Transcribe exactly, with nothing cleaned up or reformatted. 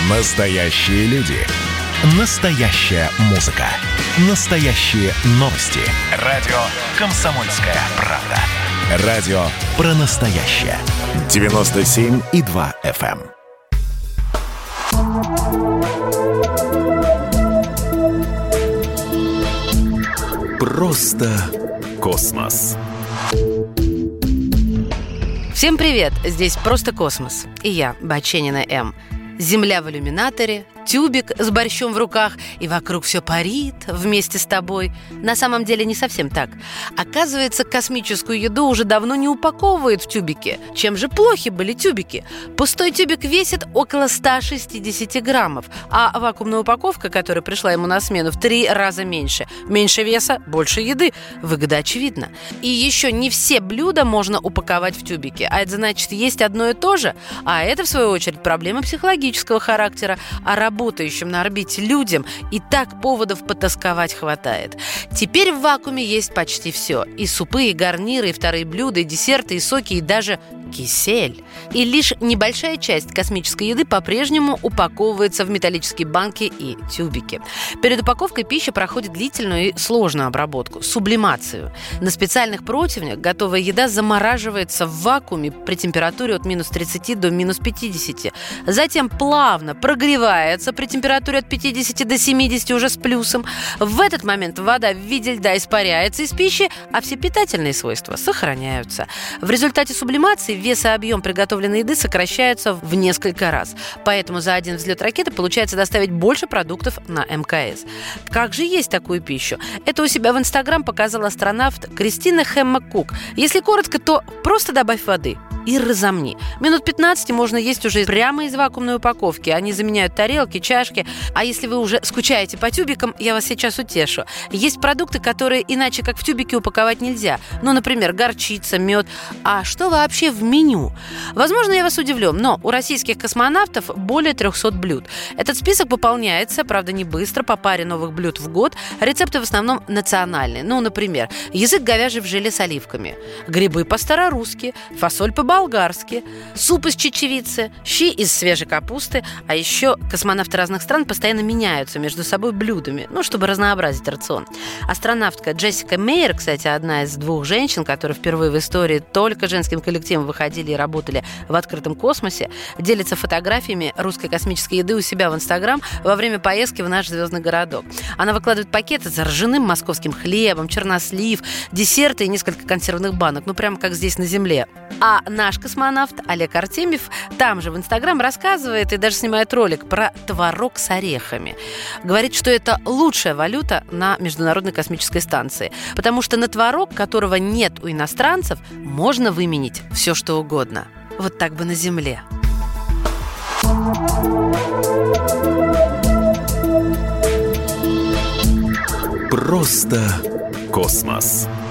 Настоящие люди. Настоящая музыка. Настоящие новости. Радио «Комсомольская правда». Радио про настоящее. девяносто семь и два эф эм. Просто космос. Всем привет! Здесь «Просто космос». И я, Баченина М. Земля в иллюминаторе, тюбик с борщом в руках, и вокруг все парит вместе с тобой. На самом деле не совсем так. Оказывается, космическую еду уже давно не упаковывают в тюбики. Чем же плохи были тюбики? Пустой тюбик весит около ста шестидесяти граммов, а вакуумная упаковка, которая пришла ему на смену, в три раза меньше. Меньше веса, больше еды. Выгода очевидна. И еще не все блюда можно упаковать в тюбики. А это значит, есть одно и то же. А это, в свою очередь, проблема психологического характера. А работающим на орбите людям и так поводов потасковать хватает. Теперь в вакууме есть почти все. И супы, и гарниры, и вторые блюда, и десерты, и соки, и даже кисель. И лишь небольшая часть космической еды по-прежнему упаковывается в металлические банки и тюбики. Перед упаковкой пища проходит длительную и сложную обработку – сублимацию. На специальных противнях готовая еда замораживается в вакууме при температуре от минус тридцати до минус пятидесяти. Затем плавно прогревается при температуре от пятидесяти до семидесяти уже с плюсом. В этот момент вода в виде льда испаряется из пищи, а все питательные свойства сохраняются. В результате сублимации вес и объем приготовленной еды сокращаются в несколько раз. Поэтому за один взлет ракеты получается доставить больше продуктов на эм ка эс. Как же есть такую пищу? Это у себя в Инстаграм показала астронавт Кристина Хэммок-Кук. Если коротко, то просто добавь воды и разомни. Минут пятнадцать можно есть уже прямо из вакуумной упаковки. Они заменяют тарелки, чашки. А если вы уже скучаете по тюбикам, я вас сейчас утешу. Есть продукты, которые иначе как в тюбике упаковать нельзя. Ну, например, горчица, мед. А что вообще в меню? Возможно, я вас удивлю, но у российских космонавтов более трехсот блюд. Этот список пополняется, правда, не быстро, по паре новых блюд в год. Рецепты в основном национальные. Ну, например, язык говяжий в желе с оливками, грибы по-старорусски, фасоль по-болгарски, суп из чечевицы, щи из свежей капусты. А еще космонавты разных стран постоянно меняются между собой блюдами, ну, чтобы разнообразить рацион. Астронавтка Джессика Мейер, кстати, одна из двух женщин, которые впервые в истории только женским коллективом выходили и работали в открытом космосе, делится фотографиями русской космической еды у себя в Инстаграм во время поездки в наш звездный городок. Она выкладывает пакеты с ржаным московским хлебом, чернослив, десерты и несколько консервных банок, ну прямо как здесь на Земле. А наш космонавт Олег Артемьев там же в Инстаграм рассказывает и даже снимает ролик про творог с орехами. Говорит, что это лучшая валюта на Международной космической станции, потому что на творог, которого нет у иностранцев, можно выменить все, что угодно. Вот так бы на Земле. Просто космос.